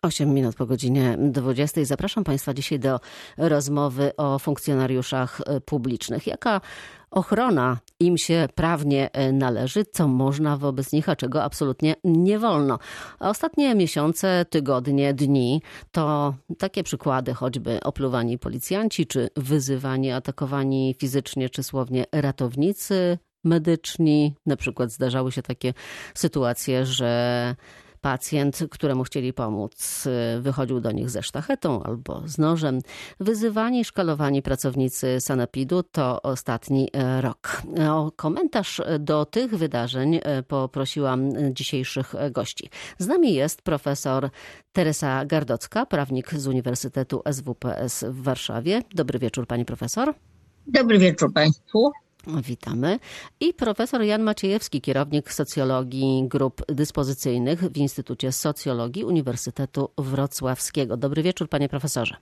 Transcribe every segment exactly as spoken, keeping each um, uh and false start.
osiem minut po godzinie dwudziestej. Zapraszam Państwa dzisiaj do rozmowy o funkcjonariuszach publicznych. Jaka ochrona im się prawnie należy, co można wobec nich, a czego absolutnie nie wolno. A ostatnie miesiące, tygodnie, dni to takie przykłady, choćby opluwani policjanci, czy wyzywani, atakowani fizycznie czy słownie ratownicy medyczni. Na przykład zdarzały się takie sytuacje, że pacjent, któremu chcieli pomóc, wychodził do nich ze sztachetą albo z nożem. Wyzywani, szkalowani pracownicy sanepidu to ostatni rok. O komentarz do tych wydarzeń poprosiłam dzisiejszych gości. Z nami jest profesor Teresa Gardocka, prawnik z Uniwersytetu S W P S w Warszawie. Dobry wieczór, pani profesor. Dobry wieczór państwu. Witamy. I profesor Jan Maciejewski, kierownik socjologii grup dyspozycyjnych w Instytucie Socjologii Uniwersytetu Wrocławskiego. Dobry wieczór, panie profesorze.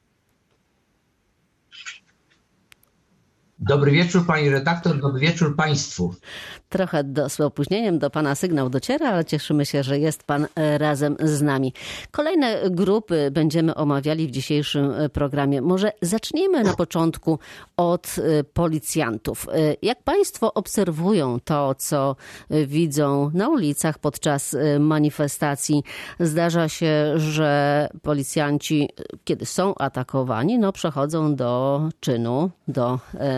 Dobry wieczór pani redaktor, dobry wieczór państwu. Trochę do, z opóźnieniem do pana sygnał dociera, ale cieszymy się, że jest pan razem z nami. Kolejne grupy będziemy omawiali w dzisiejszym programie. Może zacznijmy na początku od policjantów. Jak państwo obserwują to, co widzą na ulicach podczas manifestacji? Zdarza się, że policjanci, kiedy są atakowani, no przechodzą do czynu, do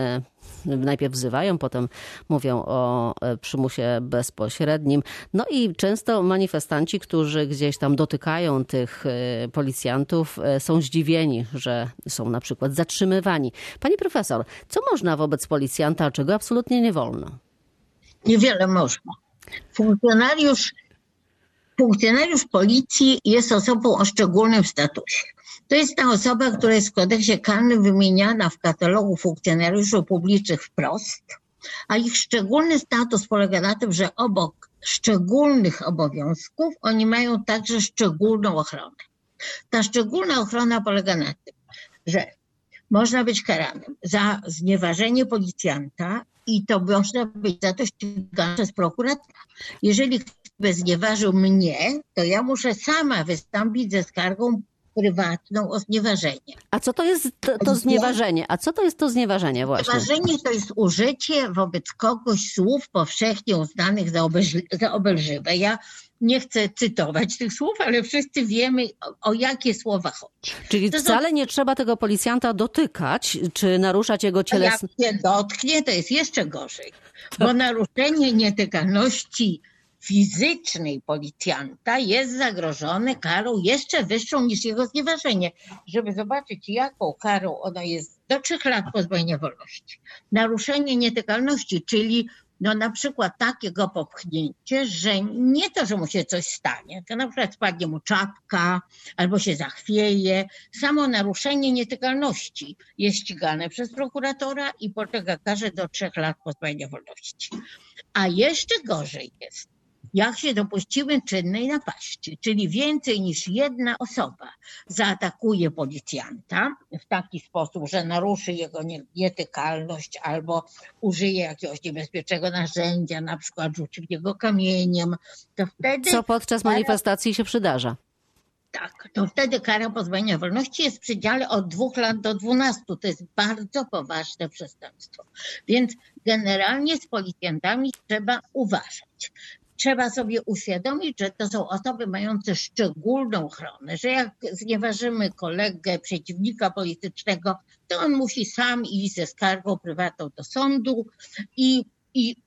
najpierw wzywają, potem mówią o przymusie bezpośrednim. No i często manifestanci, którzy gdzieś tam dotykają tych policjantów, są zdziwieni, że są na przykład zatrzymywani. Pani profesor, co można wobec policjanta, a czego absolutnie nie wolno? Niewiele można. Funkcjonariusz, funkcjonariusz policji jest osobą o szczególnym statusie. To jest ta osoba, która jest w kodeksie karnym wymieniana w katalogu funkcjonariuszy publicznych wprost, a ich szczególny status polega na tym, że obok szczególnych obowiązków oni mają także szczególną ochronę. Ta szczególna ochrona polega na tym, że można być karanym za znieważenie policjanta i to można być za to ścigane przez prokuratora. Jeżeli ktoś znieważył mnie, to ja muszę sama wystąpić ze skargą prywatną o znieważenie. A co to jest to, to znieważenie? A co to jest to znieważenie właśnie? Znieważenie to jest użycie wobec kogoś słów powszechnie uznanych za, obelży, za obelżywe. Ja nie chcę cytować tych słów, ale wszyscy wiemy, o, o jakie słowa chodzi. Czyli to wcale to... nie trzeba tego policjanta dotykać, czy naruszać jego cielesne... Jak się dotknie, to jest jeszcze gorzej, bo naruszenie nietykalności fizycznej policjanta jest zagrożone karą jeszcze wyższą niż jego znieważenie. Żeby zobaczyć, jaką karą ona jest, do trzech lat pozbawienia wolności. Naruszenie nietykalności, czyli no na przykład takiego popchnięcie, że nie to, że mu się coś stanie, to na przykład spadnie mu czapka albo się zachwieje. Samo naruszenie nietykalności jest ścigane przez prokuratora i podlega karze do trzech lat pozbawienia wolności. A jeszcze gorzej jest, jak się dopuścimy czynnej napaści, czyli więcej niż jedna osoba zaatakuje policjanta w taki sposób, że naruszy jego nietykalność albo użyje jakiegoś niebezpiecznego narzędzia, na przykład rzuci w niego kamieniem, to wtedy... Co podczas manifestacji się przydarza. Tak, to wtedy kara pozbawienia wolności jest w przedziale od dwóch lat do dwunastu. To jest bardzo poważne przestępstwo. Więc generalnie z policjantami trzeba uważać. Trzeba sobie uświadomić, że to są osoby mające szczególną ochronę, że jak znieważymy kolegę, przeciwnika politycznego, to on musi sam iść ze skargą prywatną do sądu i, i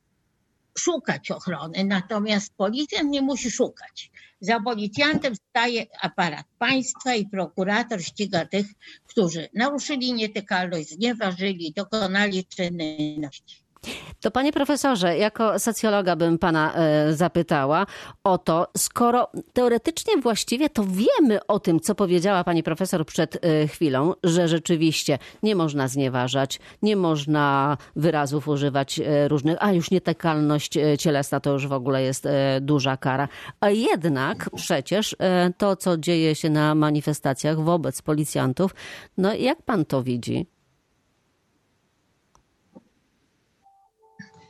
szukać ochrony. Natomiast policjant nie musi szukać. Za policjantem staje aparat państwa i prokurator ściga tych, którzy naruszyli nietykalność, znieważyli, dokonali czynności. To panie profesorze, jako socjologa bym pana e, zapytała o to, skoro teoretycznie właściwie to wiemy o tym, co powiedziała pani profesor przed e, chwilą, że rzeczywiście nie można znieważać, nie można wyrazów używać e, różnych, a już nietykalność e, cielesna to już w ogóle jest e, duża kara. A jednak przecież e, to, co dzieje się na manifestacjach wobec policjantów, no jak pan to widzi?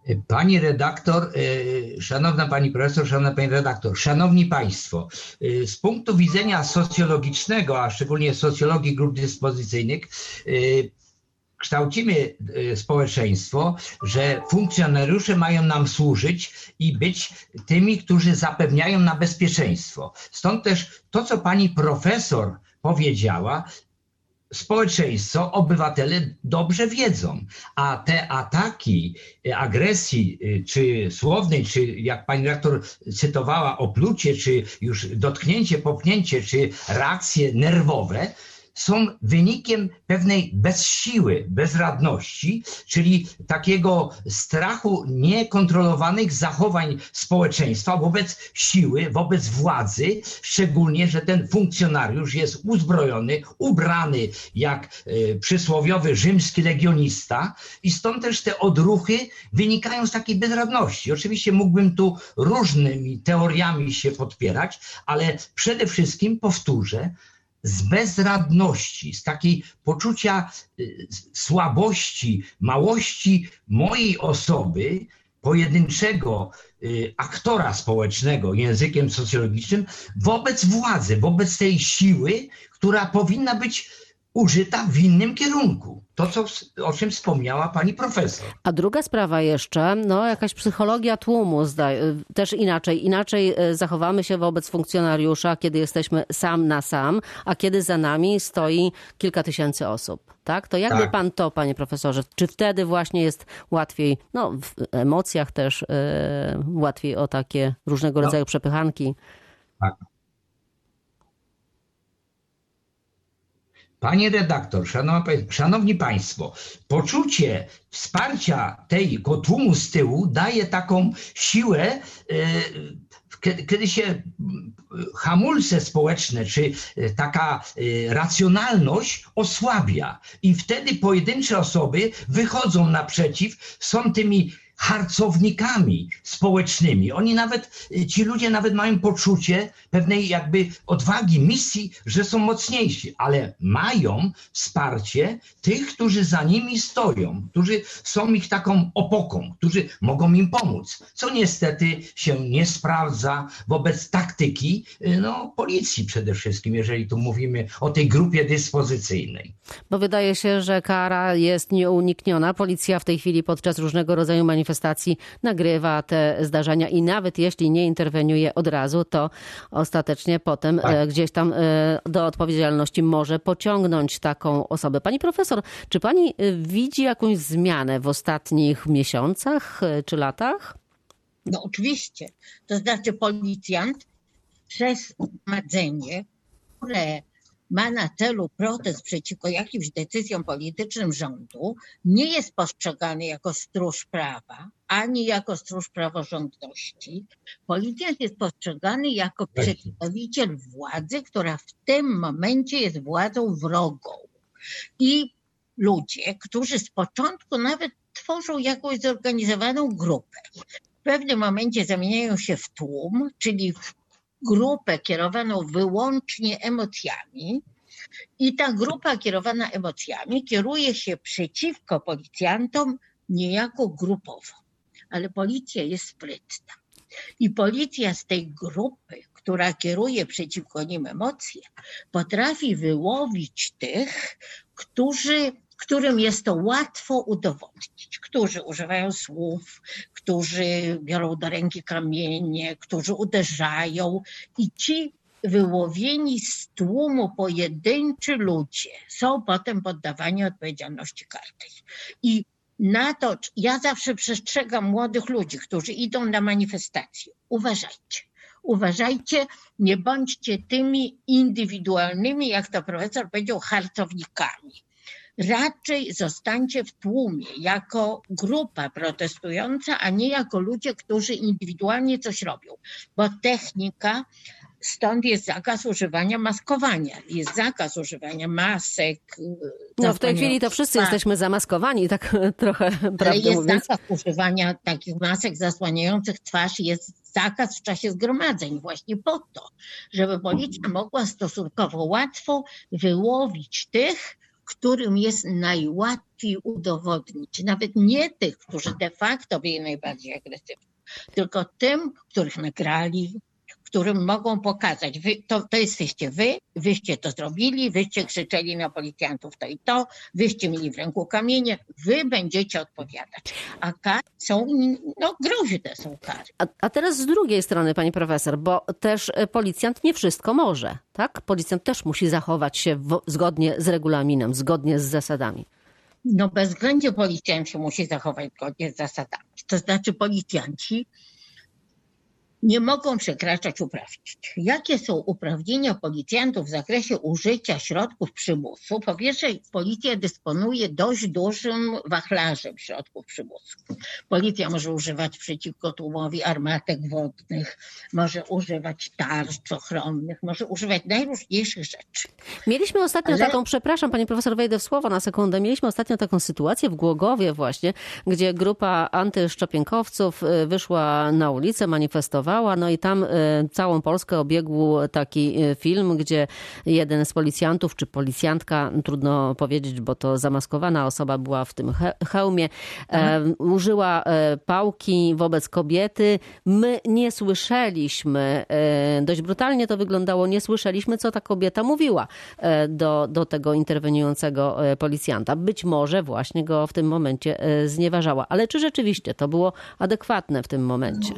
Pani redaktor, szanowna pani profesor, szanowna pani redaktor, szanowni państwo, z punktu widzenia socjologicznego, a szczególnie socjologii grup dyspozycyjnych, kształcimy społeczeństwo, że funkcjonariusze mają nam służyć i być tymi, którzy zapewniają nam bezpieczeństwo. Stąd też to, co pani profesor powiedziała, społeczeństwo, obywatele dobrze wiedzą, a te ataki agresji, czy słownej, czy jak pani redaktor cytowała, oplucie, czy już dotknięcie, popchnięcie, czy reakcje nerwowe, są wynikiem pewnej bezsiły, bezradności, czyli takiego strachu niekontrolowanych zachowań społeczeństwa wobec siły, wobec władzy, szczególnie, że ten funkcjonariusz jest uzbrojony, ubrany jak y, przysłowiowy rzymski legionista i stąd też te odruchy wynikają z takiej bezradności. Oczywiście mógłbym tu różnymi teoriami się podpierać, ale przede wszystkim powtórzę, z bezradności, z takiej poczucia y, słabości, małości mojej osoby, pojedynczego y, aktora społecznego językiem socjologicznym wobec władzy, wobec tej siły, która powinna być użyta w innym kierunku. To, co, o czym wspomniała pani profesor. A druga sprawa jeszcze, no jakaś psychologia tłumu, też inaczej. Inaczej zachowamy się wobec funkcjonariusza, kiedy jesteśmy sam na sam, a kiedy za nami stoi kilka tysięcy osób. Tak? To jakby tak. pan to, panie profesorze, czy wtedy właśnie jest łatwiej, no w emocjach też yy, łatwiej o takie różnego rodzaju no. przepychanki? Tak. Panie redaktor, szanowni państwo, poczucie wsparcia tego tłumu z tyłu daje taką siłę, kiedy się hamulce społeczne, czy taka racjonalność osłabia i wtedy pojedyncze osoby wychodzą naprzeciw, są tymi harcownikami społecznymi. Oni nawet, ci ludzie nawet mają poczucie pewnej jakby odwagi, misji, że są mocniejsi, ale mają wsparcie tych, którzy za nimi stoją, którzy są ich taką opoką, którzy mogą im pomóc, co niestety się nie sprawdza wobec taktyki no, policji przede wszystkim, jeżeli tu mówimy o tej grupie dyspozycyjnej. Bo wydaje się, że kara jest nieunikniona. Policja w tej chwili podczas różnego rodzaju manifestacji nagrywa te zdarzenia i nawet jeśli nie interweniuje od razu, to ostatecznie potem tak. gdzieś tam do odpowiedzialności może pociągnąć taką osobę. Pani profesor, czy pani widzi jakąś zmianę w ostatnich miesiącach czy latach? No oczywiście. To znaczy policjant przez zgromadzenie, które ma na celu protest przeciwko jakimś decyzjom politycznym rządu, nie jest postrzegany jako stróż prawa, ani jako stróż praworządności. Policjant jest postrzegany jako przedstawiciel władzy, która w tym momencie jest władzą wrogą. I ludzie, którzy z początku nawet tworzą jakąś zorganizowaną grupę, w pewnym momencie zamieniają się w tłum, czyli w grupę kierowaną wyłącznie emocjami i ta grupa kierowana emocjami kieruje się przeciwko policjantom niejako grupowo. Ale policja jest sprytna i policja z tej grupy, która kieruje przeciwko nim emocje, potrafi wyłowić tych, którzy którym jest to łatwo udowodnić, którzy używają słów, którzy biorą do ręki kamienie, którzy uderzają i ci wyłowieni z tłumu pojedynczy ludzie są potem poddawani odpowiedzialności karnej. I na to ja zawsze przestrzegam młodych ludzi, którzy idą na manifestacje. Uważajcie. Uważajcie, nie bądźcie tymi indywidualnymi, jak to profesor powiedział, harcownikami. Raczej zostańcie w tłumie jako grupa protestująca, a nie jako ludzie, którzy indywidualnie coś robią. Bo technika, stąd jest zakaz używania maskowania, jest zakaz używania masek. No w tej chwili to wszyscy jesteśmy zamaskowani, tak trochę prawdę Ale jest mówiąc. zakaz używania takich masek zasłaniających twarz, jest zakaz w czasie zgromadzeń właśnie po to, żeby policja mogła stosunkowo łatwo wyłowić tych, którym jest najłatwiej udowodnić, nawet nie tych, którzy de facto byli najbardziej agresywni, tylko tym, których nagrali, którym mogą pokazać, wy, to, to jesteście wy, wyście to zrobili, wyście krzyczeli na policjantów to i to, wyście mieli w ręku kamienie, wy będziecie odpowiadać. A kary są, no groźne są kary. A, a teraz z drugiej strony, pani profesor, bo też policjant nie wszystko może, tak? Policjant też musi zachować się w, zgodnie z regulaminem, zgodnie z zasadami. No bezwzględnie policjant się musi zachować zgodnie z zasadami. To znaczy policjanci nie mogą przekraczać uprawnień. Jakie są uprawnienia policjantów w zakresie użycia środków przymusu? Po pierwsze, policja dysponuje dość dużym wachlarzem środków przymusu. Policja może używać przeciwko tłumowi armatek wodnych, może używać tarcz ochronnych, może używać najróżniejszych rzeczy. Mieliśmy ostatnio Ale... taką, przepraszam pani profesor, wejdę w słowo na sekundę, mieliśmy ostatnio taką sytuację w Głogowie właśnie, gdzie grupa antyszczepionkowców wyszła na ulicę, manifestowała. No i tam całą Polskę obiegł taki film, gdzie jeden z policjantów, czy policjantka, trudno powiedzieć, bo to zamaskowana osoba była w tym hełmie, mhm. użyła pałki wobec kobiety. My nie słyszeliśmy, dość brutalnie to wyglądało, nie słyszeliśmy, co ta kobieta mówiła do, do tego interweniującego policjanta. Być może właśnie go w tym momencie znieważała. Ale czy rzeczywiście to było adekwatne w tym momencie?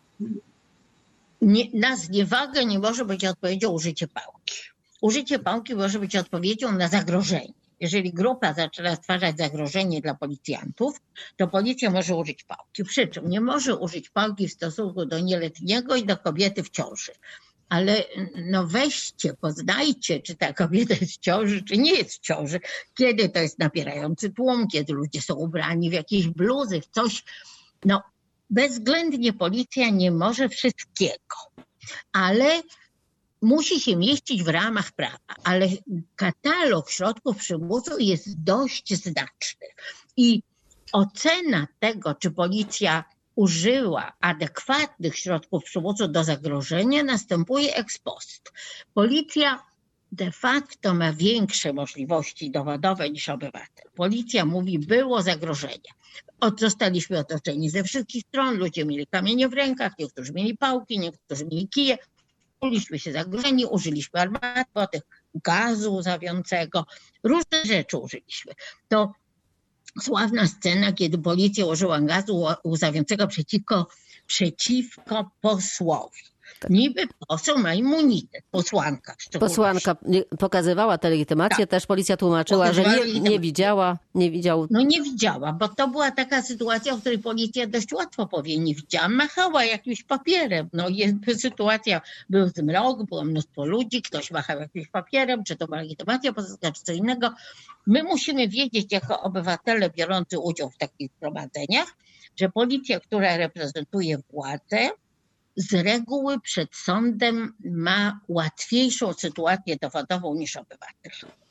Nie, na zniewagę nie może być odpowiedzią użycie pałki. Użycie pałki może być odpowiedzią na zagrożenie. Jeżeli grupa zaczyna stwarzać zagrożenie dla policjantów, to policja może użyć pałki. Przy czym nie może użyć pałki w stosunku do nieletniego i do kobiety w ciąży. Ale no weźcie, poznajcie, czy ta kobieta jest w ciąży, czy nie jest w ciąży. Kiedy to jest napierający tłum, kiedy ludzie są ubrani w jakieś bluzy, w coś. No bezwzględnie policja nie może wszystkiego, ale musi się mieścić w ramach prawa. Ale katalog środków przymusu jest dość znaczny. I ocena tego, czy policja użyła adekwatnych środków przymusu do zagrożenia, następuje ex post. Policja de facto ma większe możliwości dowodowe niż obywatel. Policja mówi, było zagrożenie. Zostaliśmy otoczeni ze wszystkich stron, ludzie mieli kamienie w rękach, niektórzy mieli pałki, niektórzy mieli kije. Czuliśmy się zagrożeni, użyliśmy armaty, gazu łzawiącego, różne rzeczy użyliśmy. To sławna scena, kiedy policja użyła gazu łzawiącego przeciwko, przeciwko posłowi. Niby poseł ma immunitet, posłanka. Posłanka pokazywała tę legitymację, tak. Też policja tłumaczyła, że nie, nie widziała, nie widział. No nie widziała, bo to była taka sytuacja, w której policja dość łatwo powie, nie widziała, machała jakimś papierem. No jest sytuacja, był zmrok, było mnóstwo ludzi, ktoś machał jakimś papierem, czy to była legitymacja poselska, czy co innego. My musimy wiedzieć jako obywatele biorący udział w takich zgromadzeniach, że policja, która reprezentuje władzę, z reguły przed sądem ma łatwiejszą sytuację dowodową niż obywatel.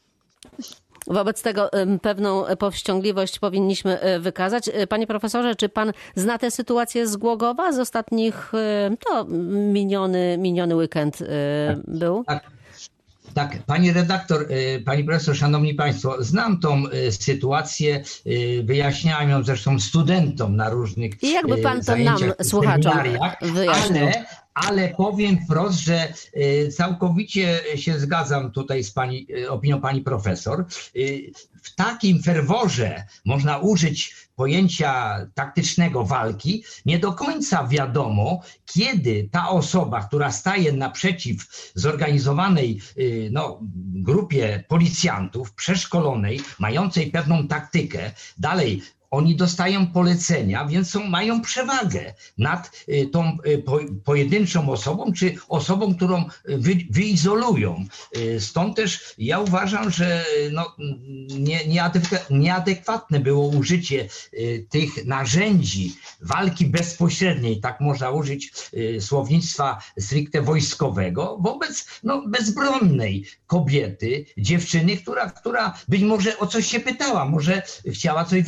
Wobec tego pewną powściągliwość powinniśmy wykazać. Panie profesorze, czy pan zna tę sytuację z Głogowa z ostatnich, to miniony, miniony weekend był? Tak. Tak, pani redaktor, pani profesor, szanowni państwo, znam tą sytuację, wyjaśniałem ją zresztą studentom na różnych I jakby pan to nam, słuchaczom, wyjaśnił. Ale, ale powiem wprost, że całkowicie się zgadzam tutaj z pani, opinią pani profesor. W takim ferworze można użyć pojęcia taktycznego walki, nie do końca wiadomo, kiedy ta osoba, która staje naprzeciw zorganizowanej no, grupie policjantów, przeszkolonej, mającej pewną taktykę, dalej oni dostają polecenia, więc są, mają przewagę nad tą po, pojedynczą osobą, czy osobą, którą wy, wyizolują. Stąd też ja uważam, że no, nie, nieadekwatne było użycie tych narzędzi walki bezpośredniej, tak można użyć słownictwa stricte wojskowego, wobec no, bezbronnej kobiety, dziewczyny, która, która być może o coś się pytała, może chciała coś wykrzyczeć.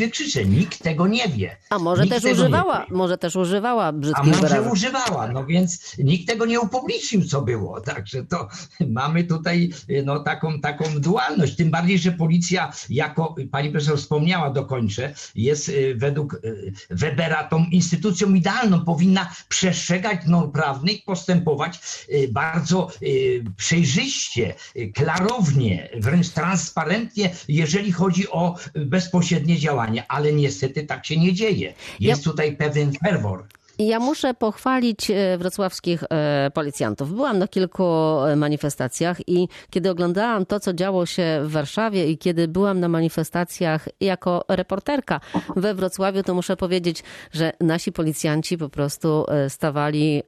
nikt tego nie wie. A może nikt też używała, może też używała brzydkich A może wyrazów. używała, no więc nikt tego nie upublicznił, co było. Także to mamy tutaj no, taką, taką dualność. Tym bardziej, że policja, jako pani profesor wspomniała, dokończę, jest według Webera tą instytucją idealną. Powinna przestrzegać norm prawnych, postępować bardzo przejrzyście, klarownie, wręcz transparentnie, jeżeli chodzi o bezpośrednie działanie. Ale niestety tak się nie dzieje. Jest ja... tutaj pewien ferwor. Ja muszę pochwalić wrocławskich policjantów. Byłam na kilku manifestacjach i kiedy oglądałam to, co działo się w Warszawie i kiedy byłam na manifestacjach jako reporterka we Wrocławiu, to muszę powiedzieć, że nasi policjanci po prostu stawali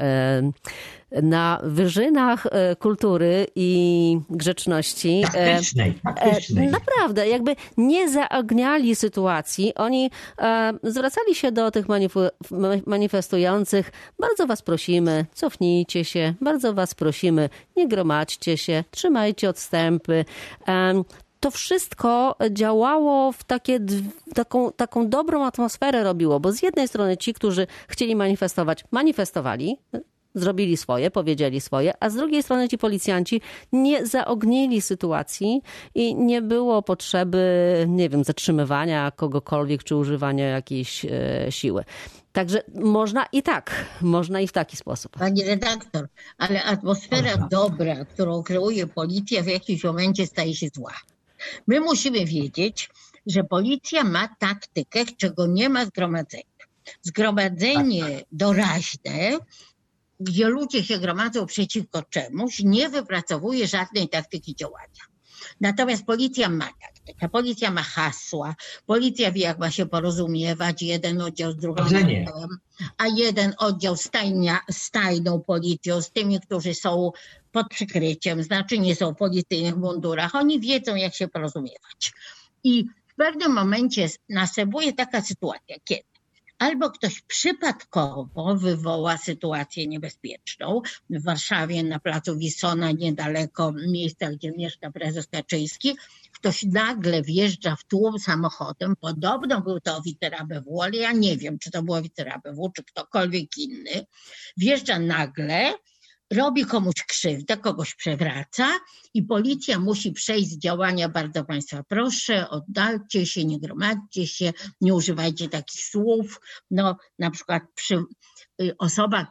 na wyżynach kultury i grzeczności. Taktycznej, taktycznej. Naprawdę, jakby nie zaogniali sytuacji. Oni zwracali się do tych manifestujących. Bardzo was prosimy, cofnijcie się. Bardzo was prosimy, nie gromadźcie się, trzymajcie odstępy. To wszystko działało w takie, taką, taką dobrą atmosferę robiło, bo z jednej strony ci, którzy chcieli manifestować, manifestowali, zrobili swoje, powiedzieli swoje, a z drugiej strony ci policjanci nie zaognili sytuacji i nie było potrzeby, nie wiem, zatrzymywania kogokolwiek czy używania jakiejś e, siły. Także można i tak, można i w taki sposób. Pani redaktor, ale atmosfera Aha. dobra, którą kreuje policja, w jakimś momencie staje się zła. My musimy wiedzieć, że policja ma taktykę, czego nie ma zgromadzenia. Zgromadzenie tak. doraźne, gdzie ludzie się gromadzą przeciwko czemuś, nie wypracowuje żadnej taktyki działania. Natomiast policja ma taktykę, policja ma hasła, policja wie, jak ma się porozumiewać, jeden oddział z drugim oddziałem, a jeden oddział stajnia, stajną policją, z tymi, którzy są pod przykryciem, znaczy nie są w policyjnych mundurach, oni wiedzą, jak się porozumiewać. I w pewnym momencie następuje taka sytuacja, kiedy albo ktoś przypadkowo wywoła sytuację niebezpieczną. W Warszawie na placu Wilsona, niedaleko miejsca, gdzie mieszka prezes Kaczyński, ktoś nagle wjeżdża w tłum samochodem. Podobno był to oficer A B W, ale ja nie wiem, czy to był oficer A B W, czy ktokolwiek inny. Wjeżdża nagle, robi komuś krzywdę, kogoś przewraca i policja musi przejść z działania. Bardzo państwa proszę, oddalcie się, nie gromadźcie się, nie używajcie takich słów. No, na przykład przy, osoba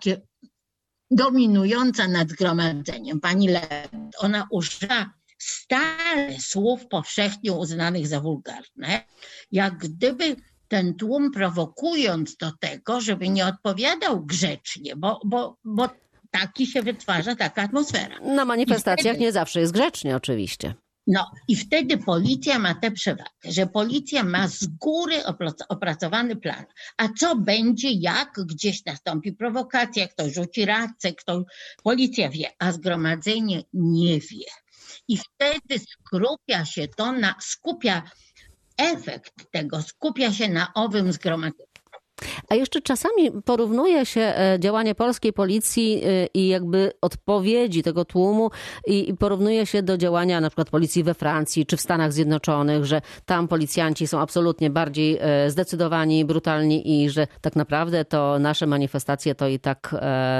dominująca nad zgromadzeniem, pani Lewit, ona używa stale słów powszechnie uznanych za wulgarne, jak gdyby ten tłum prowokując do tego, żeby nie odpowiadał grzecznie, bo, bo, bo taki się wytwarza, taka atmosfera. Na manifestacjach wtedy, nie zawsze jest grzecznie oczywiście. No i wtedy policja ma tę przewagę, że policja ma z góry opracowany plan. A co będzie, jak gdzieś nastąpi prowokacja, ktoś rzuci racę, ktoś... policja wie, a zgromadzenie nie wie. I wtedy skupia się to na, skupia efekt tego, skupia się na owym zgromadzeniu. A jeszcze czasami porównuje się działanie polskiej policji i jakby odpowiedzi tego tłumu i porównuje się do działania na przykład policji we Francji czy w Stanach Zjednoczonych, że tam policjanci są absolutnie bardziej zdecydowani, brutalni i że tak naprawdę to nasze manifestacje to i tak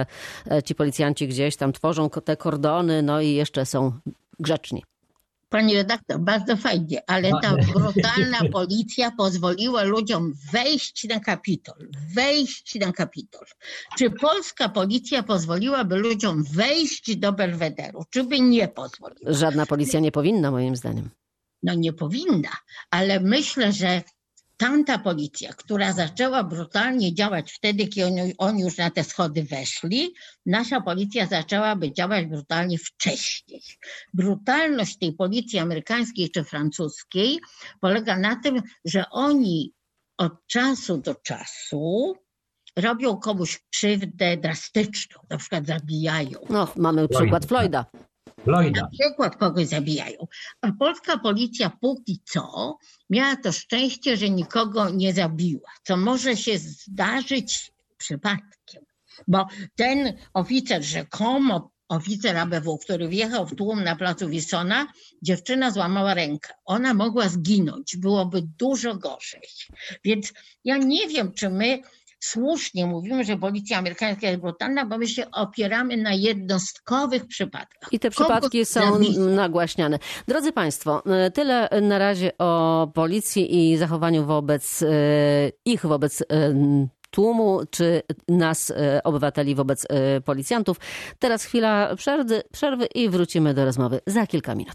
ci policjanci gdzieś tam tworzą te kordony, no i jeszcze są grzeczni. Pani redaktor, bardzo fajnie, ale ta brutalna policja pozwoliła ludziom wejść na Kapitol, wejść na Kapitol. Czy polska policja pozwoliłaby ludziom wejść do Belwederu, czy by nie pozwoliła? Żadna policja nie powinna, moim zdaniem. No nie powinna, ale myślę, że tamta policja, która zaczęła brutalnie działać wtedy, kiedy oni, oni już na te schody weszli, nasza policja zaczęłaby działać brutalnie wcześniej. Brutalność tej policji amerykańskiej czy francuskiej polega na tym, że oni od czasu do czasu robią komuś krzywdę drastyczną, na przykład zabijają. No, mamy przykład Floyda. Floyda. Na przykład kogoś zabijają. A polska policja póki co miała to szczęście, że nikogo nie zabiła, co może się zdarzyć przypadkiem. Bo ten oficer rzekomo oficer A B W, który wjechał w tłum na placu Wilsona, dziewczyna złamała rękę. Ona mogła zginąć, byłoby dużo gorzej. Więc ja nie wiem, czy my słusznie mówimy, że policja amerykańska jest brutalna, bo my się opieramy na jednostkowych przypadkach. I te przypadki są nagłaśniane. Drodzy Państwo, tyle na razie o policji i zachowaniu wobec ich, wobec tłumu, czy nas, obywateli, wobec policjantów. Teraz chwila przerwy, przerwy i wrócimy do rozmowy za kilka minut.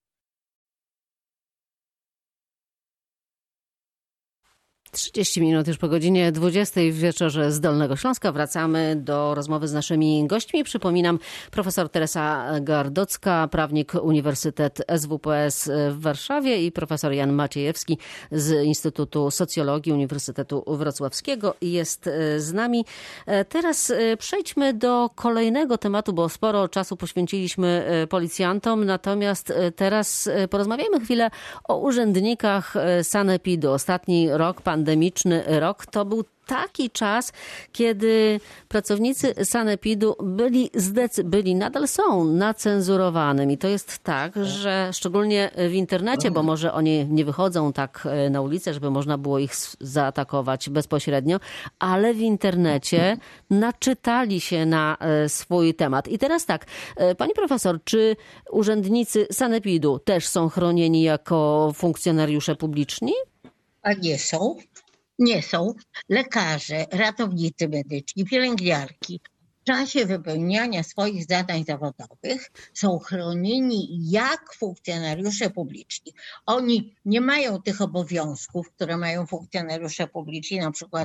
trzydzieści minut już po godzinie dwudziestej w wieczorze z Dolnego Śląska. Wracamy do rozmowy z naszymi gośćmi. Przypominam, profesor Teresa Gardocka, prawnik Uniwersytet S W P S w Warszawie i profesor Jan Maciejewski z Instytutu Socjologii Uniwersytetu Wrocławskiego jest z nami. Teraz przejdźmy do kolejnego tematu, bo sporo czasu poświęciliśmy policjantom, natomiast teraz porozmawiajmy chwilę o urzędnikach sanepidu. Ostatni rok pandemii Pandemiczny rok to był taki czas, kiedy pracownicy sanepidu byli, zdecy- byli nadal są nacenzurowanym. I to jest tak, że szczególnie w internecie, bo może oni nie wychodzą tak na ulicę, żeby można było ich zaatakować bezpośrednio, ale w internecie naczytali się na swój temat. I teraz tak, pani profesor, czy urzędnicy sanepidu też są chronieni jako funkcjonariusze publiczni? A nie są. Nie są. Lekarze, ratownicy medyczni, pielęgniarki w czasie wypełniania swoich zadań zawodowych są chronieni jak funkcjonariusze publiczni. Oni nie mają tych obowiązków, które mają funkcjonariusze publiczni, na przykład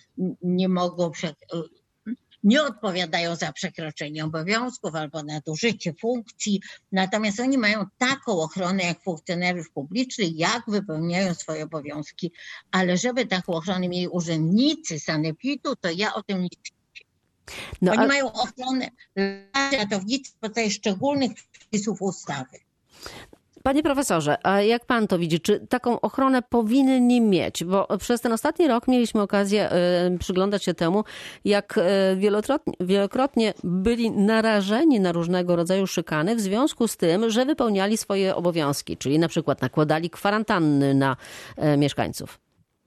nie mogą prze... nie odpowiadają za przekroczenie obowiązków albo nadużycie funkcji, natomiast oni mają taką ochronę jak funkcjonariusz publiczny, jak wypełniają swoje obowiązki, ale żeby taką ochronę mieli urzędnicy sanepidu, to ja o tym nic nie wiem. No, oni ale... mają ochronę ratownicy podstawie szczególnych przepisów ustawy. Panie profesorze, a jak pan to widzi, czy taką ochronę powinni mieć? Bo przez ten ostatni rok mieliśmy okazję y, przyglądać się temu, jak y, wielokrotnie, wielokrotnie byli narażeni na różnego rodzaju szykany w związku z tym, że wypełniali swoje obowiązki, czyli na przykład nakładali kwarantanny na y, mieszkańców.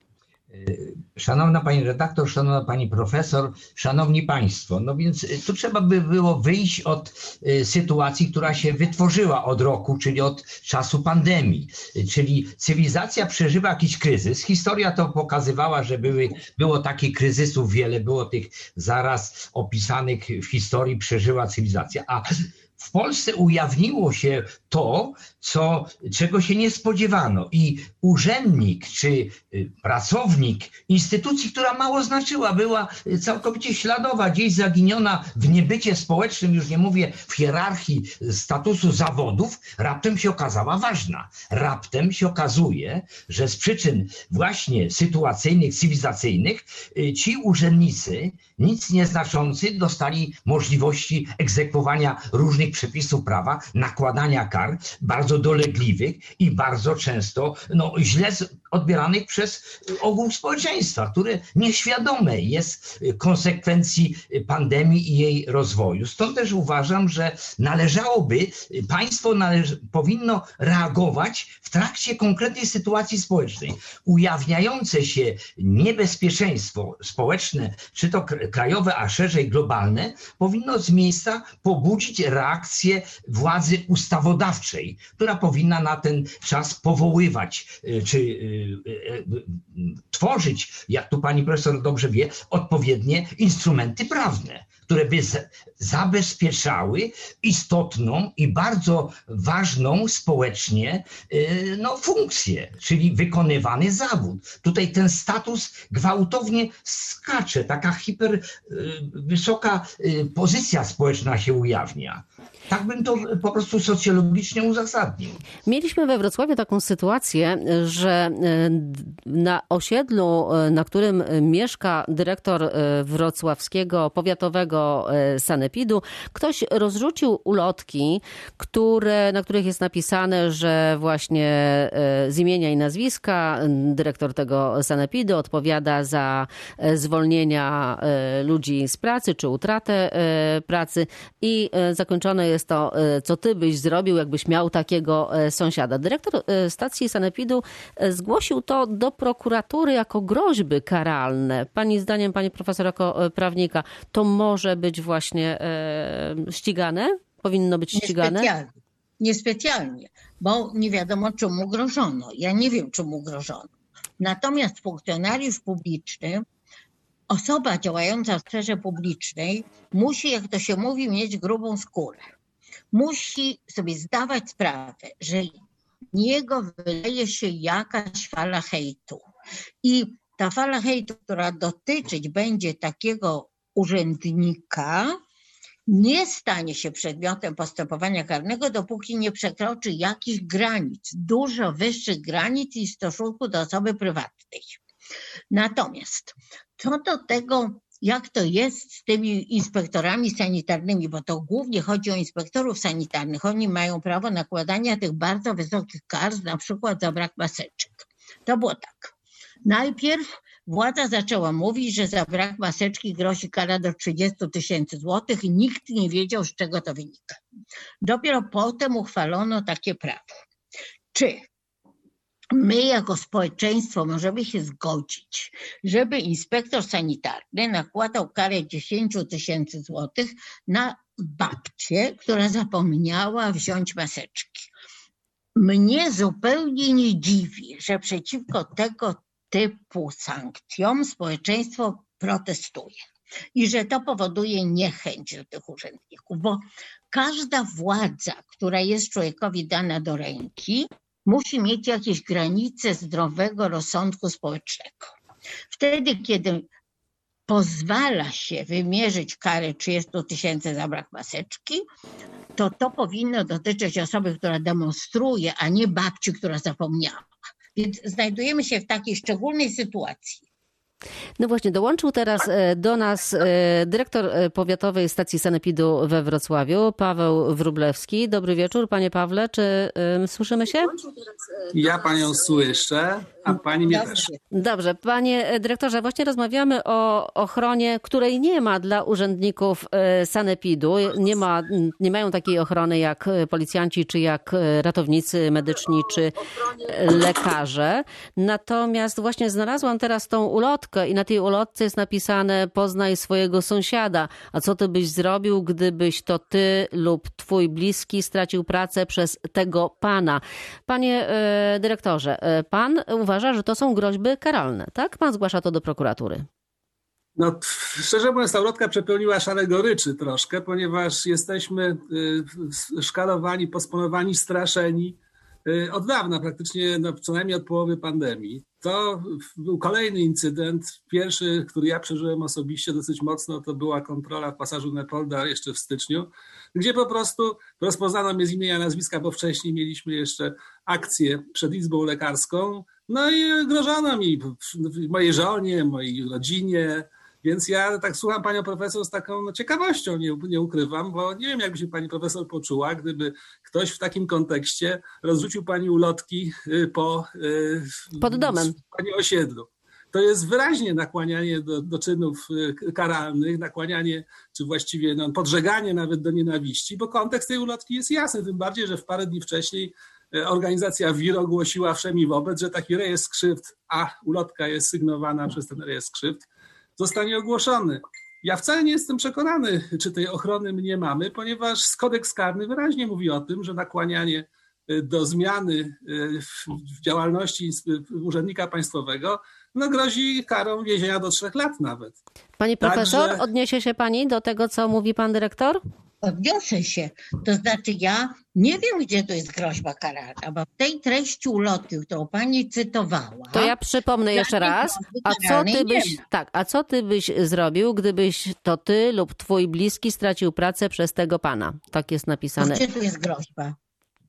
Szanowna pani redaktor, szanowna pani profesor, szanowni państwo, no więc tu trzeba by było wyjść od sytuacji, która się wytworzyła od roku, czyli od czasu pandemii, czyli cywilizacja przeżywa jakiś kryzys. Historia to pokazywała, że były, było takich kryzysów wiele, było tych zaraz opisanych w historii, przeżyła cywilizacja, a w Polsce ujawniło się to, co, czego się nie spodziewano i urzędnik czy pracownik instytucji, która mało znaczyła, była całkowicie śladowa, gdzieś zaginiona w niebycie społecznym, już nie mówię w hierarchii statusu zawodów, raptem się okazała ważna. Raptem się okazuje, że z przyczyn właśnie sytuacyjnych, cywilizacyjnych ci urzędnicy, nic nieznaczący, dostali możliwości egzekwowania różnych przepisów prawa, nakładania kar bardzo dolegliwych i bardzo często no, źle odbieranych przez ogół społeczeństwa, które nieświadome jest konsekwencji pandemii i jej rozwoju. Stąd też uważam, że należałoby, państwo należy, powinno reagować w trakcie konkretnej sytuacji społecznej. Ujawniające się niebezpieczeństwo społeczne, czy to krajowe, a szerzej globalne, powinno z miejsca pobudzić reakcję władzy ustawodawczej, która powinna na ten czas powoływać, czy tworzyć, jak tu pani profesor dobrze wie, odpowiednie instrumenty prawne, które by zabezpieczały istotną i bardzo ważną społecznie no, funkcję, czyli wykonywany zawód. Tutaj ten status gwałtownie skacze, taka hiper wysoka pozycja społeczna się ujawnia. Tak bym to po prostu socjologicznie uzasadnił. Mieliśmy we Wrocławiu taką sytuację, że na osiedlu, na którym mieszka dyrektor wrocławskiego powiatowego tego sanepidu. Ktoś rozrzucił ulotki, które, na których jest napisane, że właśnie z imienia i nazwiska dyrektor tego sanepidu odpowiada za zwolnienia ludzi z pracy czy utratę pracy i zakończone jest to, co ty byś zrobił, jakbyś miał takiego sąsiada. Dyrektor stacji sanepidu zgłosił to do prokuratury jako groźby karalne. Pani zdaniem, pani profesor, jako prawnika, to może być właśnie ścigane? Powinno być ścigane? Niespecjalnie. Niespecjalnie, bo nie wiadomo, czemu grożono. Ja nie wiem, czemu grożono. Natomiast funkcjonariusz publiczny, osoba działająca w sferze publicznej musi, jak to się mówi, mieć grubą skórę. Musi sobie zdawać sprawę, że niego wyleje się jakaś fala hejtu. I ta fala hejtu, która dotyczyć będzie takiego urzędnika, nie stanie się przedmiotem postępowania karnego, dopóki nie przekroczy jakichś granic, dużo wyższych granic i w stosunku do osoby prywatnej. Natomiast co do tego, jak to jest z tymi inspektorami sanitarnymi, bo to głównie chodzi o inspektorów sanitarnych, oni mają prawo nakładania tych bardzo wysokich kar, na przykład za brak maseczek. To było tak. Najpierw władza zaczęła mówić, że za brak maseczki grozi kara do trzydziestu tysięcy złotych i nikt nie wiedział, z czego to wynika. Dopiero potem uchwalono takie prawo. Czy my jako społeczeństwo możemy się zgodzić, żeby inspektor sanitarny nakładał karę dziesięć tysięcy złotych na babcię, która zapomniała wziąć maseczki? Mnie zupełnie nie dziwi, że przeciwko tego typu sankcjom społeczeństwo protestuje i że to powoduje niechęć do tych urzędników, bo każda władza, która jest człowiekowi dana do ręki, musi mieć jakieś granice zdrowego rozsądku społecznego. Wtedy, kiedy pozwala się wymierzyć karę trzydzieści tysięcy za brak maseczki, to to powinno dotyczyć osoby, która demonstruje, a nie babci, która zapomniała. Więc znajdujemy się w takiej szczególnej sytuacji. No właśnie, dołączył teraz do nas dyrektor powiatowej stacji sanepidu we Wrocławiu, Paweł Wróblewski. Dobry wieczór, panie Pawle, czy um, słyszymy się? Ja panią słyszę, a pani mnie też. Dobrze, panie dyrektorze, właśnie rozmawiamy o ochronie, której nie ma dla urzędników sanepidu. Nie ma, nie mają takiej ochrony jak policjanci, czy jak ratownicy medyczni, czy lekarze. Natomiast właśnie znalazłam teraz tą ulotkę i na tej ulotce jest napisane: poznaj swojego sąsiada. A co ty byś zrobił, gdybyś to ty lub twój bliski stracił pracę przez tego pana? Panie e, dyrektorze, pan uważa, że to są groźby karalne, tak? Pan zgłasza to do prokuratury. No, szczerze mówiąc, ta ulotka przepełniła szale goryczy troszkę, ponieważ jesteśmy y, szkalowani, posponowani, straszeni y, od dawna, praktycznie no, co najmniej od połowy pandemii. To był kolejny incydent, pierwszy, który ja przeżyłem osobiście dosyć mocno, to była kontrola w pasażu Nepolda jeszcze w styczniu, gdzie po prostu rozpoznano mnie z imienia, nazwiska, bo wcześniej mieliśmy jeszcze akcję przed izbą lekarską, no i grożono mi, mojej żonie, mojej rodzinie, więc ja tak słucham panią profesor z taką no, ciekawością, nie, nie ukrywam, bo nie wiem, jakby się pani profesor poczuła, gdyby ktoś w takim kontekście rozrzucił pani ulotki po pod domem, pani osiedlu. To jest wyraźnie nakłanianie do, do czynów karalnych, nakłanianie, czy właściwie no, podżeganie nawet do nienawiści, bo kontekst tej ulotki jest jasny, tym bardziej, że w parę dni wcześniej organizacja W I R ogłosiła wszem i wobec, że taki rejestr krzywd, a ulotka jest sygnowana przez ten rejestr krzywd, zostanie ogłoszony. Ja wcale nie jestem przekonany, czy tej ochrony my nie mamy, ponieważ kodeks karny wyraźnie mówi o tym, że nakłanianie do zmiany w działalności urzędnika państwowego no grozi karą więzienia do trzech lat nawet. Pani profesor, Także... odniesie się pani do tego, co mówi pan dyrektor? Odniosę się. To znaczy ja nie wiem, gdzie to jest groźba karalna, bo w tej treści ulotki, którą pani cytowała... To ja przypomnę jeszcze raz. A co ty byś, tak, a co ty byś zrobił, gdybyś to ty lub twój bliski stracił pracę przez tego pana? Tak jest napisane. Gdzie tu jest groźba?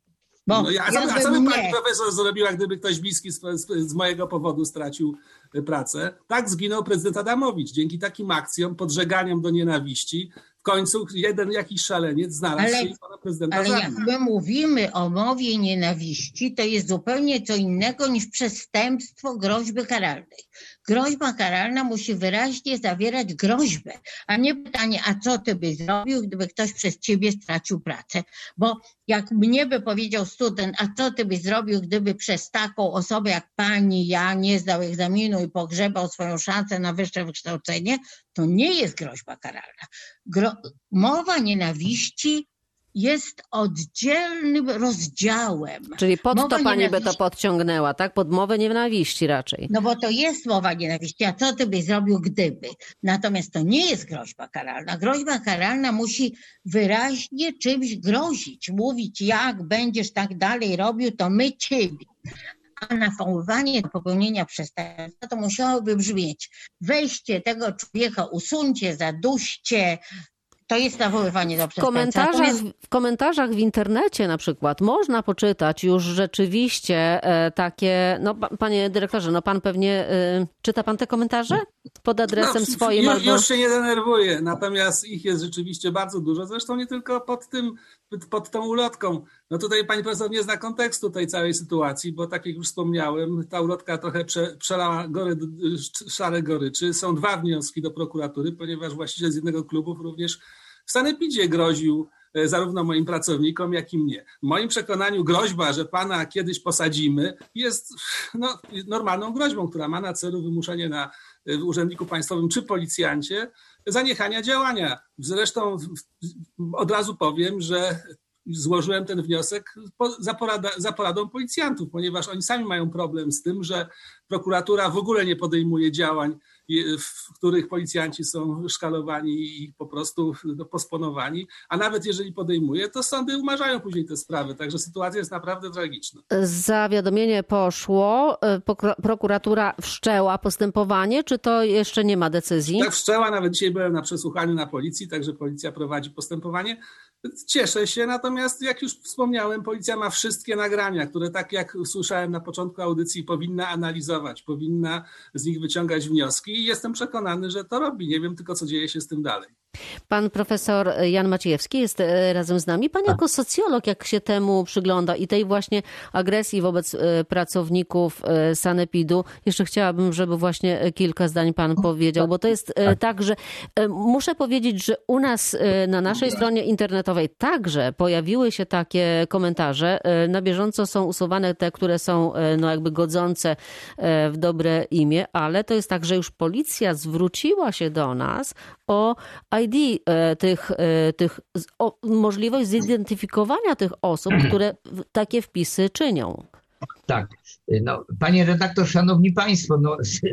Bo no ja, a co, a co by pani profesor zrobiła, gdyby ktoś bliski z, z, z mojego powodu stracił pracę? Tak zginął prezydent Adamowicz. Dzięki takim akcjom, podżeganiom do nienawiści, w końcu jeden jakiś szaleniec znalazł ale, się i pana prezydenta Ale zabił. jak my mówimy o mowie nienawiści, to jest zupełnie co innego niż przestępstwo groźby karalnej. Groźba karalna musi wyraźnie zawierać groźbę, a nie pytanie, a co ty byś zrobił, gdyby ktoś przez ciebie stracił pracę. Bo jak mnie by powiedział student, a co ty byś zrobił, gdyby przez taką osobę jak pani, ja nie zdał egzaminu i pogrzebał swoją szansę na wyższe wykształcenie, to nie jest groźba karalna. Gro- mowa nienawiści jest oddzielnym rozdziałem. Czyli pod Mowa to pani nienawiści... by to podciągnęła, tak? Pod mowę nienawiści raczej. No bo to jest mowa nienawiści, a co ty byś zrobił gdyby? Natomiast to nie jest groźba karalna. Groźba karalna musi wyraźnie czymś grozić, mówić jak będziesz tak dalej robił, to my ciebie. A nawoływanie do popełnienia przestępstwa to musiałoby brzmieć: weźcie tego człowieka, usuńcie, zaduście. To jest nawoływanie do W przestępstwa. komentarzach, Natomiast... w komentarzach w internecie na przykład można poczytać już rzeczywiście e, takie, no panie dyrektorze, no pan pewnie, e, czyta pan te komentarze pod adresem no, swoim? Już, albo... już się nie denerwuję, natomiast ich jest rzeczywiście bardzo dużo, zresztą nie tylko pod tym, pod tą ulotką. No tutaj pani profesor nie zna kontekstu tej całej sytuacji, bo tak jak już wspomniałem, ta ulotka trochę prze, przelała gory, szare goryczy. Są dwa wnioski do prokuratury, ponieważ właściciel z jednego klubu również w sanepidzie groził zarówno moim pracownikom, jak i mnie. W moim przekonaniu groźba, że pana kiedyś posadzimy, jest no, normalną groźbą, która ma na celu wymuszenie na urzędniku państwowym czy policjancie zaniechania działania. Zresztą od razu powiem, że złożyłem ten wniosek za, porada, za poradą policjantów, ponieważ oni sami mają problem z tym, że prokuratura w ogóle nie podejmuje działań, w których policjanci są szkalowani i po prostu posponowani, a nawet jeżeli podejmuje, to sądy umarzają później te sprawy, także sytuacja jest naprawdę tragiczna. Zawiadomienie poszło, prokuratura wszczęła postępowanie, czy to jeszcze nie ma decyzji? Tak, wszczęła, nawet dzisiaj byłem na przesłuchaniu na policji, także policja prowadzi postępowanie. Cieszę się, natomiast jak już wspomniałem, policja ma wszystkie nagrania, które tak jak usłyszałem na początku audycji, powinna analizować, powinna z nich wyciągać wnioski i jestem przekonany, że to robi. Nie wiem tylko, co dzieje się z tym dalej. Pan profesor Jan Maciejewski jest razem z nami. Pan jako socjolog, jak się temu przygląda i tej właśnie agresji wobec pracowników sanepidu, jeszcze chciałabym, żeby właśnie kilka zdań pan powiedział, bo to jest tak, że muszę powiedzieć, że u nas na naszej stronie internetowej także pojawiły się takie komentarze. Na bieżąco są usuwane te, które są no jakby godzące w dobre imię, ale to jest tak, że już policja zwróciła się do nas o I D tych, tych o możliwość zidentyfikowania tych osób, które takie wpisy czynią. Tak. No, panie redaktor, szanowni państwo, no,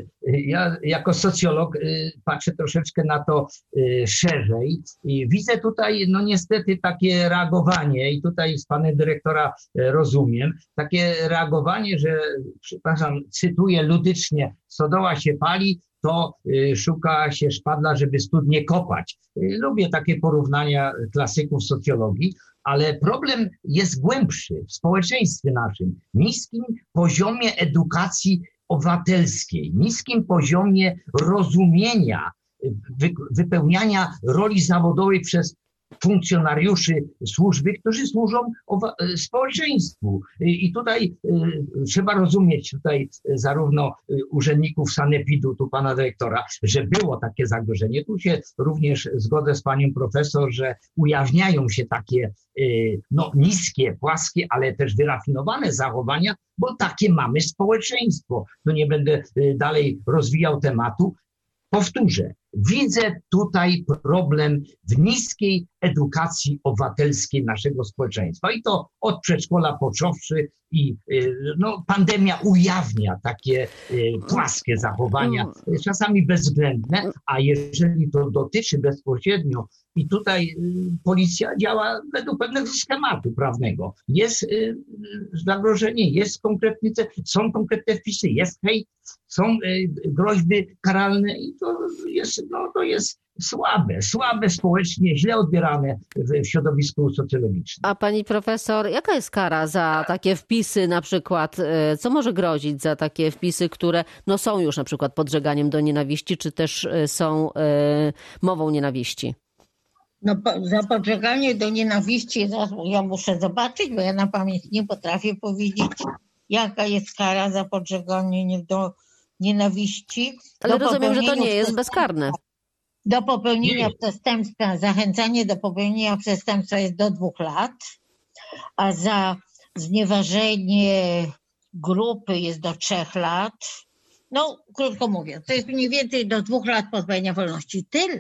ja jako socjolog patrzę troszeczkę na to szerzej i widzę tutaj no niestety takie reagowanie i tutaj z pana dyrektora rozumiem, takie reagowanie, że, przepraszam, cytuję ludycznie, stodoła się pali, to szuka się szpadla, żeby studnie kopać. Lubię takie porównania klasyków socjologii, ale problem jest głębszy w społeczeństwie naszym. Niskim poziomie edukacji obywatelskiej, niskim poziomie rozumienia, wypełniania roli zawodowej przez funkcjonariuszy służby, którzy służą społeczeństwu. I tutaj trzeba rozumieć tutaj zarówno urzędników sanepidu, tu pana dyrektora, że było takie zagrożenie. Tu się również zgodzę z panią profesor, że ujawniają się takie no, niskie, płaskie, ale też wyrafinowane zachowania, bo takie mamy społeczeństwo. Tu nie będę dalej rozwijał tematu. Powtórzę, widzę tutaj problem w niskiej edukacji obywatelskiej naszego społeczeństwa i to od przedszkola począwszy i no, pandemia ujawnia takie płaskie zachowania, czasami bezwzględne, a jeżeli to dotyczy bezpośrednio i tutaj policja działa według pewnego schematu prawnego. Jest zagrożenie, jest konkretny, są konkretne wpisy, jest hejt, są groźby karalne i to jest, no, to jest słabe, słabe społecznie, źle odbierane w, w środowisku socjologicznym. A pani profesor, jaka jest kara za takie wpisy na przykład? Co może grozić za takie wpisy, które no, są już na przykład podżeganiem do nienawiści, czy też są e, mową nienawiści? No, za podżeganie do nienawiści ja muszę zobaczyć, bo ja na pamięć nie potrafię powiedzieć, jaka jest kara za podżeganie do nienawiści. Ale do rozumiem, że to nie jest bezkarne. Do popełnienia Nie. przestępstwa, zachęcanie do popełnienia przestępstwa jest do dwóch lat, a za znieważenie grupy jest do trzech lat. No, krótko mówiąc, to jest mniej więcej do dwóch lat pozbawienia wolności. Tyle,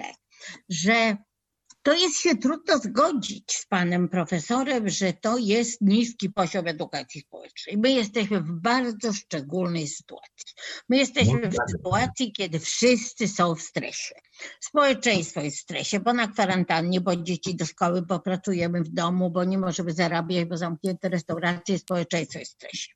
że to jest się trudno zgodzić z panem profesorem, że to jest niski poziom edukacji społecznej. My jesteśmy w bardzo szczególnej sytuacji. My jesteśmy w sytuacji, kiedy wszyscy są w stresie. Społeczeństwo jest w stresie, bo na kwarantannie, bo dzieci do szkoły, bo pracujemy w domu, bo nie możemy zarabiać, bo zamknięte restauracje, społeczeństwo jest w stresie.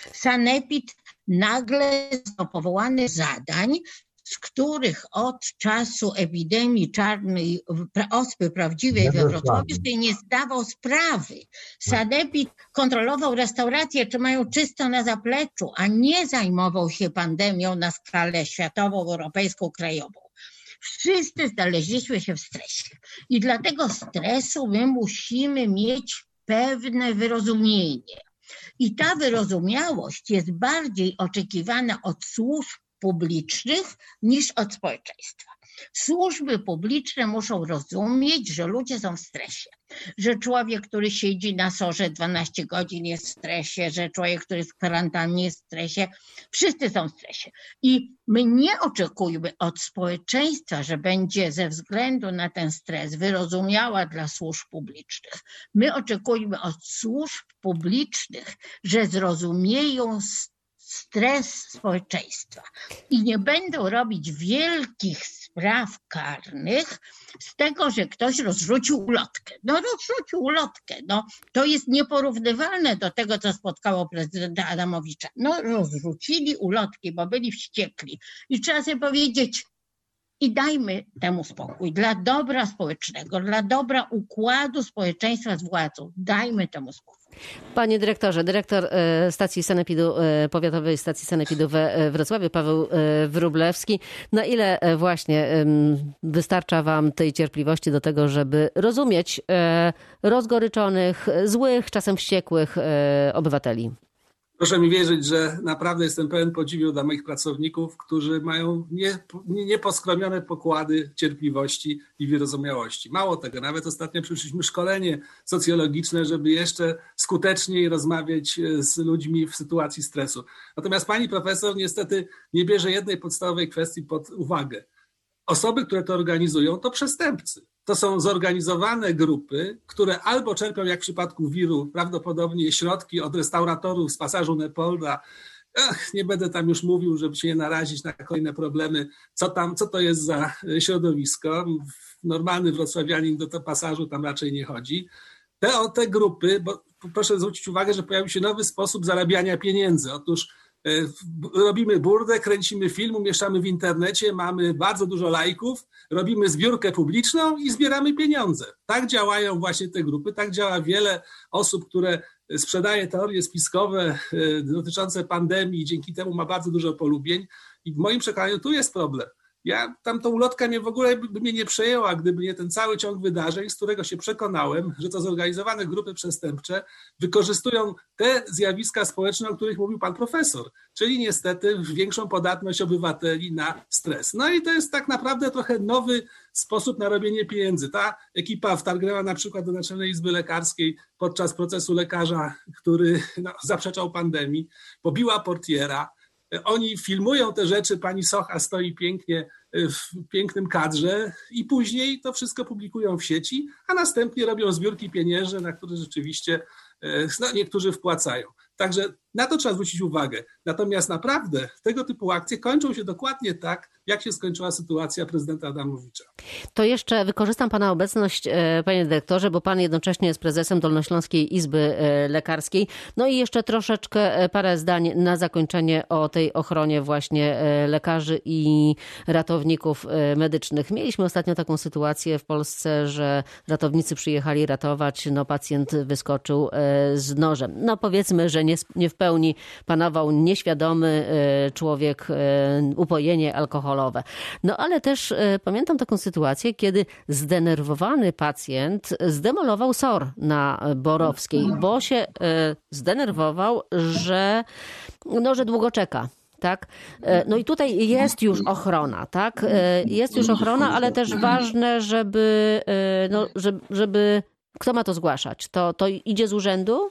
Sanepid nagle został powołany z zadań, z których od czasu epidemii czarnej ospy prawdziwej we Wrocławiu sobie nie zdawał sprawy. Sanepid kontrolował restauracje, czy mają czysto na zapleczu, a nie zajmował się pandemią na skalę światową, europejską, krajową. Wszyscy znaleźliśmy się w stresie i dla tego stresu my musimy mieć pewne wyrozumienie. I ta wyrozumiałość jest bardziej oczekiwana od służb publicznych niż od społeczeństwa. Służby publiczne muszą rozumieć, że ludzie są w stresie, że człowiek, który siedzi na sorze dwanaście godzin jest w stresie, że człowiek, który jest w kwarantannie jest w stresie, wszyscy są w stresie. I my nie oczekujmy od społeczeństwa, że będzie ze względu na ten stres wyrozumiała dla służb publicznych. My oczekujmy od służb publicznych, że zrozumieją stres społeczeństwa i nie będą robić wielkich spraw karnych z tego, że ktoś rozrzucił ulotkę. No rozrzucił ulotkę, no to jest nieporównywalne do tego, co spotkało prezydenta Adamowicza. No rozrzucili ulotki, bo byli wściekli i trzeba sobie powiedzieć i dajmy temu spokój. Dla dobra społecznego, dla dobra układu społeczeństwa z władzą, dajmy temu spokój. Panie dyrektorze, dyrektor stacji sanepidu, powiatowej stacji sanepidu we Wrocławiu, Paweł Wróblewski, na ile właśnie wystarcza wam tej cierpliwości do tego, żeby rozumieć rozgoryczonych, złych, czasem wściekłych obywateli? Proszę mi wierzyć, że naprawdę jestem pełen podziwu dla moich pracowników, którzy mają nie, nieposkromione pokłady cierpliwości i wyrozumiałości. Mało tego, nawet ostatnio przyszliśmy szkolenie socjologiczne, żeby jeszcze skuteczniej rozmawiać z ludźmi w sytuacji stresu. Natomiast pani profesor niestety nie bierze jednej podstawowej kwestii pod uwagę. Osoby, które to organizują, to przestępcy. To są zorganizowane grupy, które albo czerpią, jak w przypadku wiru, prawdopodobnie środki od restauratorów z pasażu Nepolda. Ech, nie będę tam już mówił, żeby się nie narazić na kolejne problemy, co tam, co to jest za środowisko. Normalny wrocławianin do tego pasażu tam raczej nie chodzi. Te, o te grupy, bo proszę zwrócić uwagę, że pojawił się nowy sposób zarabiania pieniędzy. Otóż robimy burdę, kręcimy film, umieszczamy w internecie, mamy bardzo dużo lajków, robimy zbiórkę publiczną i zbieramy pieniądze. Tak działają właśnie te grupy, tak działa wiele osób, które sprzedaje teorie spiskowe dotyczące pandemii i dzięki temu ma bardzo dużo polubień i w moim przekonaniu tu jest problem. Ja tam tą ulotkę mnie w ogóle by mnie nie przejęła, gdyby nie ten cały ciąg wydarzeń, z którego się przekonałem, że to zorganizowane grupy przestępcze wykorzystują te zjawiska społeczne, o których mówił pan profesor, czyli niestety większą podatność obywateli na stres. No i to jest tak naprawdę trochę nowy sposób na robienie pieniędzy. Ta ekipa wtargnęła na przykład do Naczelnej Izby Lekarskiej podczas procesu lekarza, który no, zaprzeczał pandemii, pobiła portiera. Oni filmują te rzeczy, pani Socha stoi pięknie w pięknym kadrze i później to wszystko publikują w sieci, a następnie robią zbiórki pieniężne, na które rzeczywiście no, niektórzy wpłacają. Także Na to trzeba zwrócić uwagę. Natomiast naprawdę tego typu akcje kończą się dokładnie tak, jak się skończyła sytuacja prezydenta Adamowicza. To jeszcze wykorzystam pana obecność, panie dyrektorze, bo pan jednocześnie jest prezesem Dolnośląskiej Izby Lekarskiej. No i jeszcze troszeczkę parę zdań na zakończenie o tej ochronie właśnie lekarzy i ratowników medycznych. Mieliśmy ostatnio taką sytuację w Polsce, że ratownicy przyjechali ratować, no pacjent wyskoczył z nożem. No powiedzmy, że nie, nie w pełni panował nieświadomy człowiek, upojenie alkoholowe. No ale też pamiętam taką sytuację, kiedy zdenerwowany pacjent zdemolował S O R na Borowskiej, bo się zdenerwował, że, no, że długo czeka. Tak? No i tutaj jest już ochrona, tak? Jest już ochrona, ale też ważne, żeby, no, żeby, żeby kto ma to zgłaszać? To, to idzie z urzędu?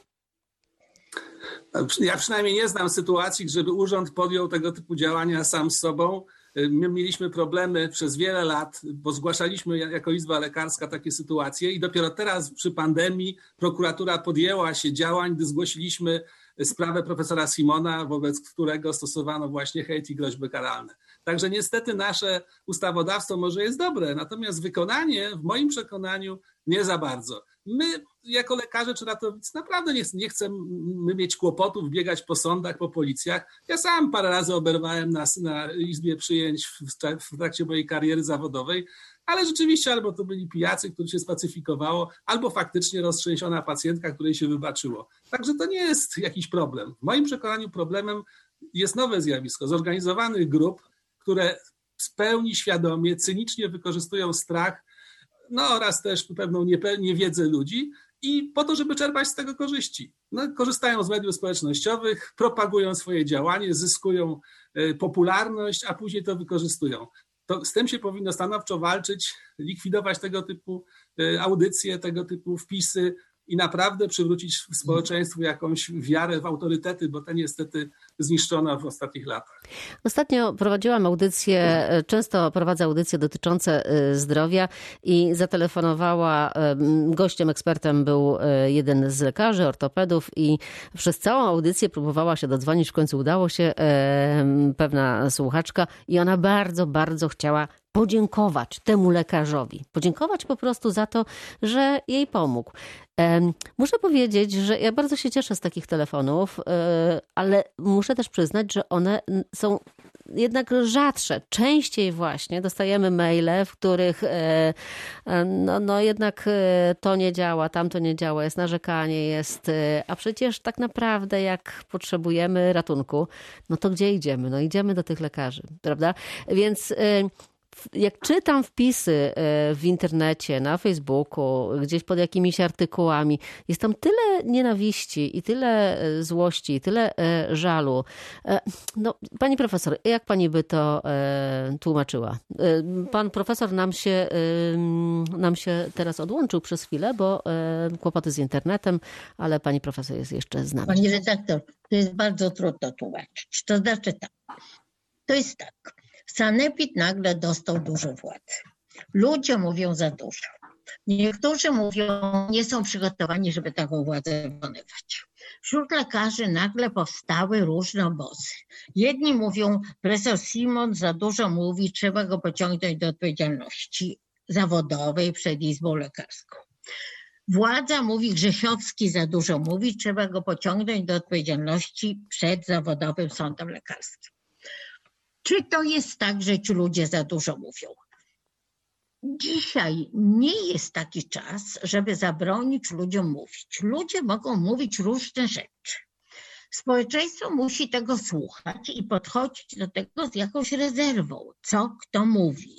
Ja przynajmniej nie znam sytuacji, żeby urząd podjął tego typu działania sam z sobą. My mieliśmy problemy przez wiele lat, bo zgłaszaliśmy jako Izba Lekarska takie sytuacje i dopiero teraz przy pandemii prokuratura podjęła się działań, gdy zgłosiliśmy sprawę profesora Simona, wobec którego stosowano właśnie hejt i groźby karalne. Także niestety nasze ustawodawstwo może jest dobre, natomiast wykonanie w moim przekonaniu nie za bardzo. My jako lekarze czy ratownicy naprawdę nie, nie chcemy mieć kłopotów, biegać po sądach, po policjach. Ja sam parę razy oberwałem na, na izbie przyjęć w, w trakcie mojej kariery zawodowej, ale rzeczywiście albo to byli pijacy, których się spacyfikowało, albo faktycznie roztrzęsiona pacjentka, której się wybaczyło. Także to nie jest jakiś problem. W moim przekonaniu problemem jest nowe zjawisko zorganizowanych grup, które w pełni świadomie, cynicznie wykorzystują strach, no oraz też pewną niewiedzę ludzi i po to, żeby czerpać z tego korzyści. No, korzystają z mediów społecznościowych, propagują swoje działanie, zyskują popularność, a później to wykorzystują. To z tym się powinno stanowczo walczyć, likwidować tego typu audycje, tego typu wpisy i naprawdę przywrócić społeczeństwu jakąś wiarę w autorytety, bo te niestety zniszczono w ostatnich latach. Ostatnio prowadziłam audycję, często prowadzę audycje dotyczące zdrowia i zatelefonowała, gościem, ekspertem był jeden z lekarzy, ortopedów i przez całą audycję próbowała się dodzwonić, w końcu udało się, pewna słuchaczka i ona bardzo, bardzo chciała podziękować temu lekarzowi. Podziękować po prostu za to, że jej pomógł. Muszę powiedzieć, że ja bardzo się cieszę z takich telefonów, ale muszę też przyznać, że one są jednak rzadsze. Częściej właśnie dostajemy maile, w których no, no jednak to nie działa, tamto nie działa, jest narzekanie, jest, a przecież tak naprawdę jak potrzebujemy ratunku, no to gdzie idziemy? No idziemy do tych lekarzy, prawda? Więc jak czytam wpisy w internecie, na Facebooku, gdzieś pod jakimiś artykułami, jest tam tyle nienawiści i tyle złości, i tyle żalu. No, pani profesor, jak pani by to tłumaczyła? Pan profesor nam się, nam się teraz odłączył przez chwilę, bo kłopoty z internetem, ale pani profesor jest jeszcze z nami. Pani redaktor, to jest bardzo trudno tłumaczyć. To znaczy tak, to jest tak. Sanepid nagle dostał dużo władzy. Ludzie mówią za dużo. Niektórzy mówią, nie są przygotowani, żeby taką władzę wykonywać. Wśród lekarzy nagle powstały różne obozy. Jedni mówią, profesor Simon za dużo mówi, trzeba go pociągnąć do odpowiedzialności zawodowej przed Izbą Lekarską. Władza mówi, Grzesiowski za dużo mówi, trzeba go pociągnąć do odpowiedzialności przed zawodowym sądem lekarskim. Czy to jest tak, że ci ludzie za dużo mówią? Dzisiaj nie jest taki czas, żeby zabronić ludziom mówić. Ludzie mogą mówić różne rzeczy. Społeczeństwo musi tego słuchać i podchodzić do tego z jakąś rezerwą, co kto mówi.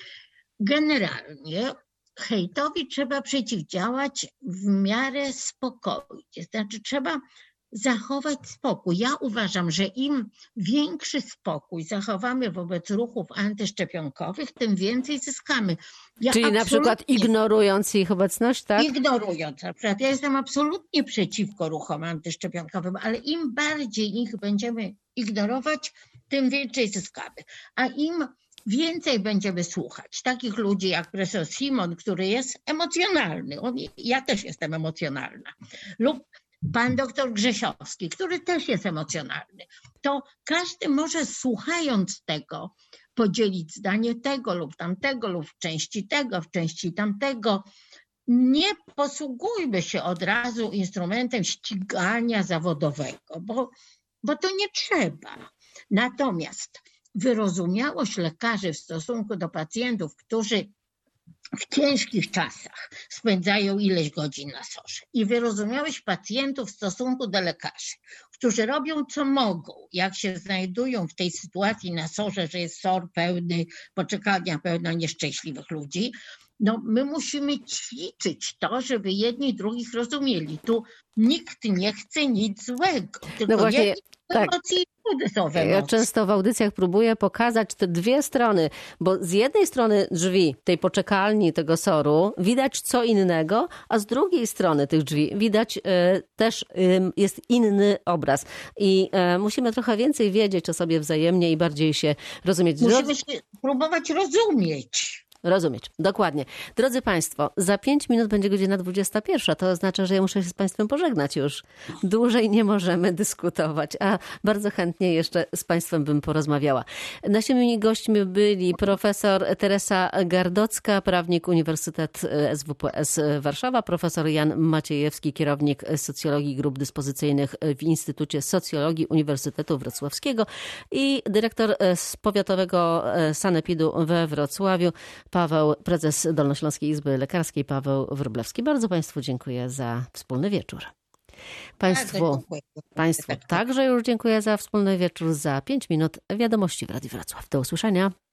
Generalnie hejtowi trzeba przeciwdziałać w miarę spokojnie. Znaczy trzeba zachować spokój. Ja uważam, że im większy spokój zachowamy wobec ruchów antyszczepionkowych, tym więcej zyskamy. Ja Czyli na przykład ignorując ich obecność, tak? Ignorując. Na przykład ja jestem absolutnie przeciwko ruchom antyszczepionkowym, ale im bardziej ich będziemy ignorować, tym więcej zyskamy. A im więcej będziemy słuchać takich ludzi jak profesor Simon, który jest emocjonalny. On, ja też jestem emocjonalna. Lub pan doktor Grzesiowski, który też jest emocjonalny, to każdy może, słuchając tego, podzielić zdanie tego lub tamtego, lub w części tego, w części tamtego. Nie posługujmy się od razu instrumentem ścigania zawodowego, bo, bo to nie trzeba. Natomiast wyrozumiałość lekarzy w stosunku do pacjentów, którzy w ciężkich czasach spędzają ileś godzin na sorze, i wyrozumiałość pacjentów w stosunku do lekarzy, którzy robią co mogą, jak się znajdują w tej sytuacji na sorze, że jest sor pełny, poczekalnia pełna nieszczęśliwych ludzi. No, my musimy ćwiczyć to, żeby jedni drugich rozumieli. Tu nikt nie chce nic złego, tylko no właśnie, tak. emocje i cudzysłowe Ja emocje. często w audycjach próbuję pokazać te dwie strony, bo z jednej strony drzwi tej poczekalni, tego soru, widać co innego, a z drugiej strony tych drzwi widać y, też y, jest inny obraz. I y, musimy trochę więcej wiedzieć o sobie wzajemnie i bardziej się rozumieć. Musimy się próbować rozumieć. Rozumieć, dokładnie. Drodzy Państwo, za pięć minut będzie godzina dwudziesta pierwsza. To oznacza, że ja muszę się z Państwem pożegnać już. Dłużej nie możemy dyskutować, a bardzo chętnie jeszcze z Państwem bym porozmawiała. Naszymi gośćmi byli profesor Teresa Gardocka, prawnik Uniwersytet S W P S Warszawa, profesor Jan Maciejewski, kierownik socjologii grup dyspozycyjnych w Instytucie Socjologii Uniwersytetu Wrocławskiego i dyrektor powiatowego sanepidu we Wrocławiu, Paweł, prezes Dolnośląskiej Izby Lekarskiej, Paweł Wróblewski. Bardzo Państwu dziękuję za wspólny wieczór. Państwu, państwu także już dziękuję za wspólny wieczór. Za pięć minut wiadomości w Radiu Wrocław. Do usłyszenia.